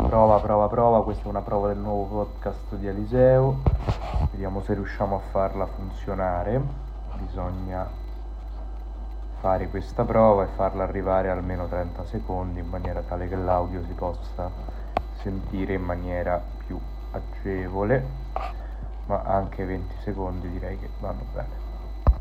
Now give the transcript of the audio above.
Prova, questa è una prova del nuovo podcast di Eliseo, vediamo se riusciamo a farla funzionare. Bisogna fare questa prova e farla arrivare almeno 30 secondi in maniera tale che l'audio si possa sentire in maniera più agevole, ma anche 20 secondi direi che vanno bene.